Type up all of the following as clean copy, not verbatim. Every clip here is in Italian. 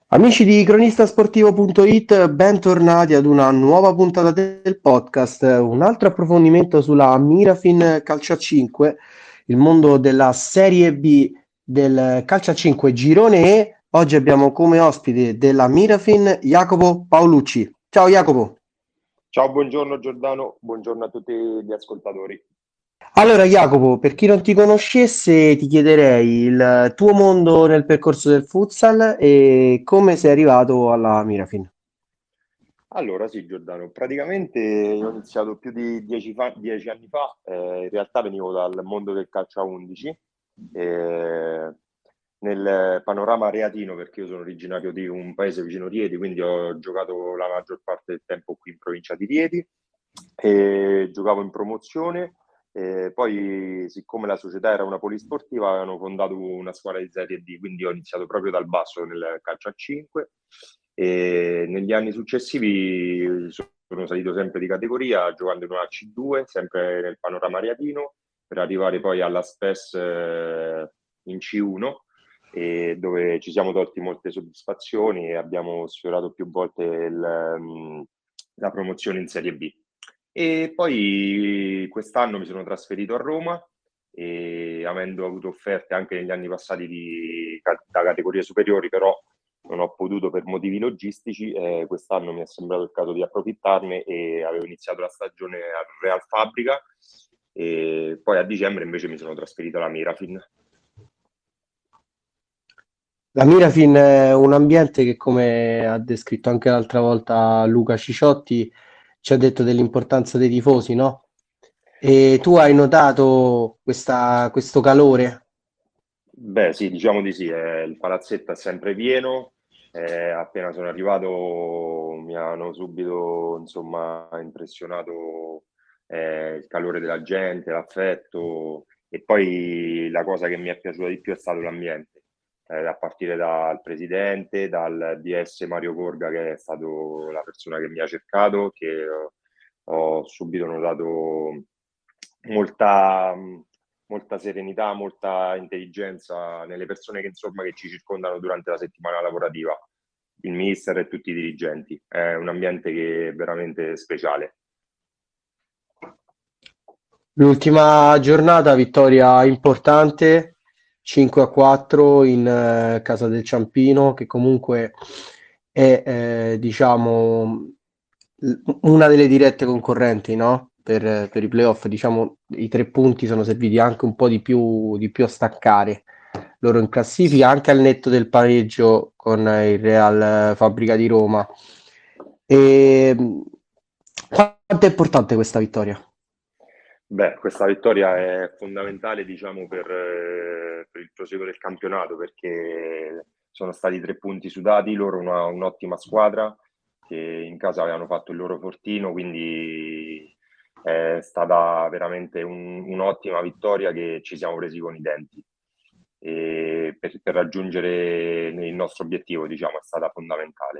Amici di cronistasportivo.it, bentornati ad una nuova puntata del podcast, un altro approfondimento sulla Mirafin Calcio a 5, il mondo della Serie B del Calcio a 5 Girone E. Oggi abbiamo come ospite della Mirafin Jacopo Paolucci. Ciao Jacopo. Ciao, buongiorno Giordano, buongiorno a tutti gli ascoltatori. Allora Jacopo, per chi non ti conoscesse, ti chiederei il tuo mondo nel percorso del futsal e come sei arrivato alla Mirafin. Allora, sì, Giordano, praticamente io ho iniziato più di 10 anni fa, in realtà venivo dal mondo del calcio a 11, eh, nel panorama reatino, perché io sono originario di un paese vicino Rieti, quindi ho giocato la maggior parte del tempo qui in provincia di Rieti e giocavo in promozione. Poi, siccome la società era una polisportiva, avevano fondato una squadra di Serie D, quindi ho iniziato proprio dal basso nel calcio a 5 e negli anni successivi sono salito sempre di categoria, giocando in una C2, sempre nel panorama ariatino, per arrivare poi alla SPES in C1, dove ci siamo tolti molte soddisfazioni e abbiamo sfiorato più volte la promozione in Serie B. E poi quest'anno mi sono trasferito a Roma e avendo avuto offerte anche negli anni passati da categorie superiori, però non ho potuto per motivi logistici, quest'anno mi è sembrato il caso di approfittarne e avevo iniziato la stagione al Real Fabrica e poi a dicembre invece mi sono trasferito alla Mirafin. La Mirafin è un ambiente che, come ha descritto anche l'altra volta Luca Ciciotti, ci ha detto dell'importanza dei tifosi, no? E tu hai notato questo calore? Beh, sì, diciamo di sì, il palazzetto è sempre pieno. Appena sono arrivato mi hanno subito, insomma, impressionato il calore della gente, l'affetto e poi la cosa che mi è piaciuta di più è stato l'ambiente, a partire dal presidente, dal DS Mario Corga, che è stato la persona che mi ha cercato, che ho subito notato molta, molta serenità, molta intelligenza nelle persone che, insomma, che ci circondano durante la settimana lavorativa, il mister e tutti i dirigenti. È un ambiente che è veramente speciale. L'ultima giornata, vittoria importante, 5-4 in casa del Ciampino, che comunque è, diciamo, una delle dirette concorrenti, no? Per i playoff, diciamo, i 3 punti sono serviti anche un po' di più a staccare loro in classifica, anche al netto del pareggio con il Real Fabbrica di Roma. E, quanto è importante questa vittoria? Beh, questa vittoria è fondamentale, diciamo, per il proseguo del campionato, perché sono stati 3 punti sudati, loro un'ottima squadra che in casa avevano fatto il loro fortino, quindi è stata veramente un'ottima vittoria che ci siamo presi con i denti. E per raggiungere il nostro obiettivo, diciamo, è stata fondamentale.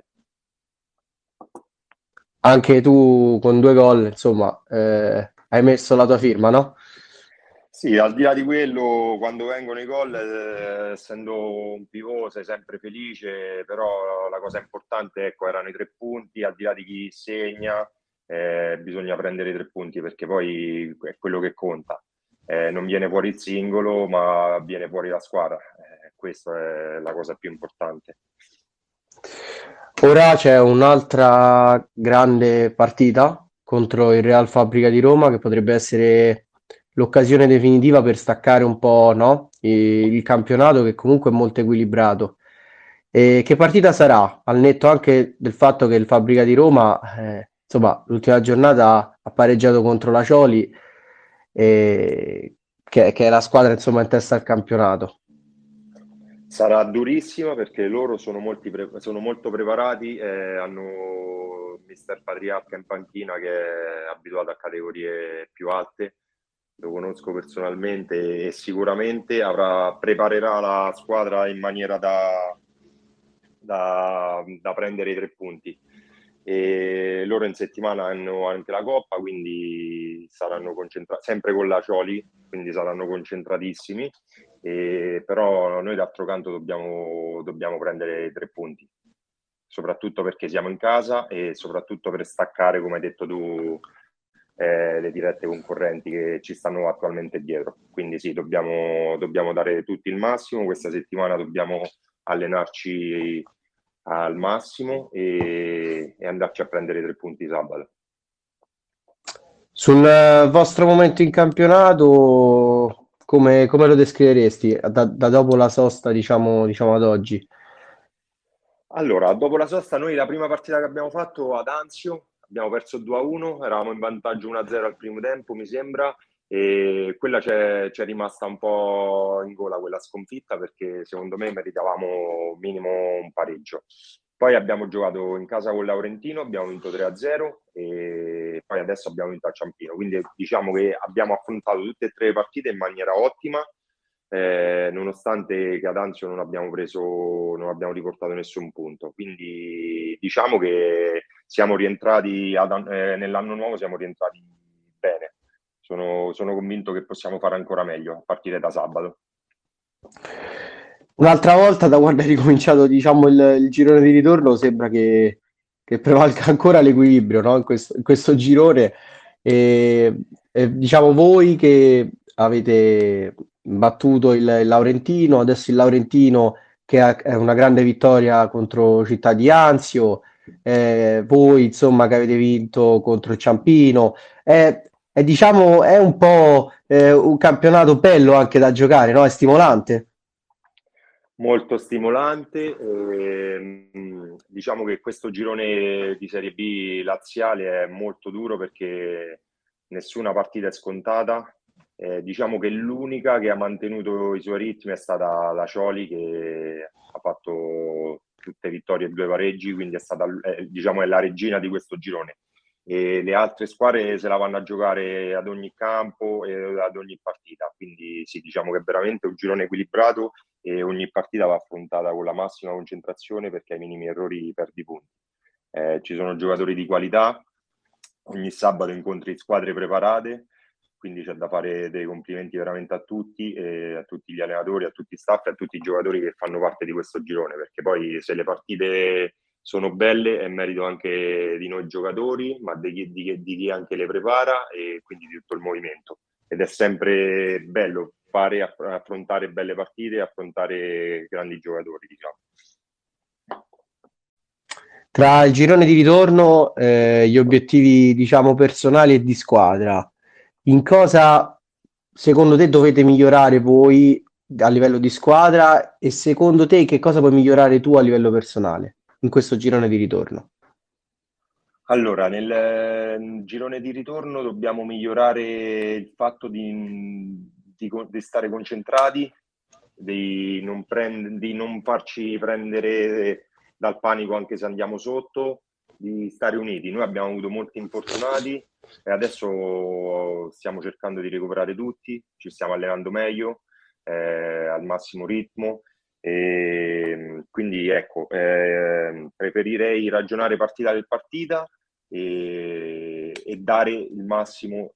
Anche tu con 2 gol, insomma, hai messo la tua firma, no? Sì, al di là di quello, quando vengono i gol, essendo un pivot sei sempre felice, però la cosa importante, ecco, erano i 3 punti, al di là di chi segna, bisogna prendere i 3 punti perché poi è quello che conta. Non viene fuori il singolo, ma viene fuori la squadra. Questa è la cosa più importante. Ora c'è un'altra grande partita contro il Real Fabbrica di Roma che potrebbe essere l'occasione definitiva per staccare un po', no? Il campionato che comunque è molto equilibrato. E che partita sarà? Al netto anche del fatto che il Fabbrica di Roma, insomma, l'ultima giornata ha pareggiato contro la Cioli, che è la squadra insomma in testa al campionato. Sarà durissima perché loro sono molto preparati, hanno Mister Patriarca in panchina che è abituato a categorie più alte, lo conosco personalmente e sicuramente preparerà la squadra in maniera da prendere i 3 punti. E loro in settimana hanno anche la Coppa, quindi saranno concentrati sempre con la Cioli, quindi saranno concentratissimi. Però noi d'altro canto dobbiamo prendere i 3 punti. soprattutto perché siamo in casa e soprattutto per staccare, come hai detto tu, le dirette concorrenti che ci stanno attualmente dietro. Quindi sì, dobbiamo dare tutti il massimo, questa settimana dobbiamo allenarci al massimo e andarci a prendere i 3 punti sabato. Sul vostro momento in campionato, come lo descriveresti da dopo la sosta, diciamo ad oggi? Allora, dopo la sosta, noi la prima partita che abbiamo fatto ad Anzio, abbiamo perso 2-1, eravamo in vantaggio 1-0 al primo tempo, mi sembra, e quella c'è rimasta un po' in gola quella sconfitta perché secondo me meritavamo minimo un pareggio. Poi abbiamo giocato in casa con Laurentino, abbiamo vinto 3-0 e poi adesso abbiamo vinto a Ciampino. Quindi diciamo che abbiamo affrontato tutte e tre le partite in maniera ottima, nonostante che ad Anzio non abbiamo riportato nessun punto. Quindi diciamo che siamo rientrati nell'anno nuovo, siamo rientrati bene. Sono convinto che possiamo fare ancora meglio a partire da sabato. Un'altra volta da quando è ricominciato, diciamo, il girone di ritorno, sembra che prevalga ancora l'equilibrio, no? In questo girone. Diciamo voi che avete battuto il Laurentino, adesso il Laurentino che è una grande vittoria contro Città di Anzio, voi insomma che avete vinto contro il Ciampino. Diciamo, è un po' un campionato bello anche da giocare, no? È stimolante. Molto stimolante. Diciamo che questo girone di Serie B laziale è molto duro perché nessuna partita è scontata. Diciamo che l'unica che ha mantenuto i suoi ritmi è stata la Cioli, che ha fatto tutte vittorie e 2 pareggi, quindi è stata, diciamo, è la regina di questo girone. E le altre squadre se la vanno a giocare ad ogni campo e ad ogni partita. Quindi sì, diciamo che è veramente un girone equilibrato e ogni partita va affrontata con la massima concentrazione perché ai minimi errori perdi punti. Ci sono giocatori di qualità, ogni sabato incontri squadre preparate, quindi c'è da fare dei complimenti veramente a tutti gli allenatori, a tutti i staff e a tutti i giocatori che fanno parte di questo girone, perché poi se le partite sono belle è merito anche di noi giocatori, ma di chi anche le prepara e quindi di tutto il movimento. Ed è sempre bello affrontare belle partite e affrontare grandi giocatori, diciamo. Tra il girone di ritorno, gli obiettivi, diciamo, personali e di squadra, in cosa secondo te dovete migliorare voi a livello di squadra e secondo te che cosa puoi migliorare tu a livello personale in questo girone di ritorno? Allora, nel girone di ritorno dobbiamo migliorare il fatto di stare concentrati, di non farci prendere dal panico anche se andiamo sotto, di stare uniti. Noi abbiamo avuto molti infortunati e adesso stiamo cercando di recuperare tutti, ci stiamo allenando meglio, al massimo ritmo. E quindi ecco, preferirei ragionare partita per partita e dare il massimo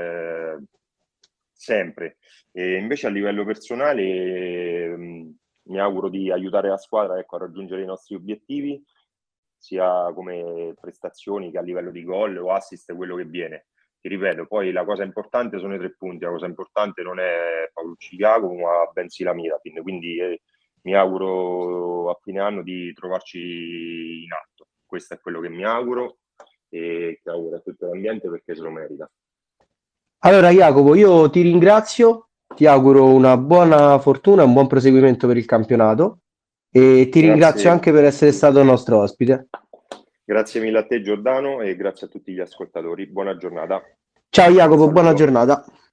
sempre. E invece a livello personale mi auguro di aiutare la squadra, ecco, a raggiungere i nostri obiettivi, sia come prestazioni che a livello di gol o assist, quello che viene. Ti ripeto, poi la cosa importante sono i 3 punti, la cosa importante non è Paolucci Cago, ma bensì la Mirapin. Quindi mi auguro a fine anno di trovarci in alto. Questo è quello che mi auguro e che auguro a tutto l'ambiente perché se lo merita. Allora, Jacopo, io ti ringrazio, ti auguro una buona fortuna, un buon proseguimento per il campionato e ti ringrazio Grazie, anche per essere stato nostro ospite. grazie mille a te Giordano e grazie a tutti gli ascoltatori. Buona giornata. Ciao Jacopo, Forza buona Roma. giornata.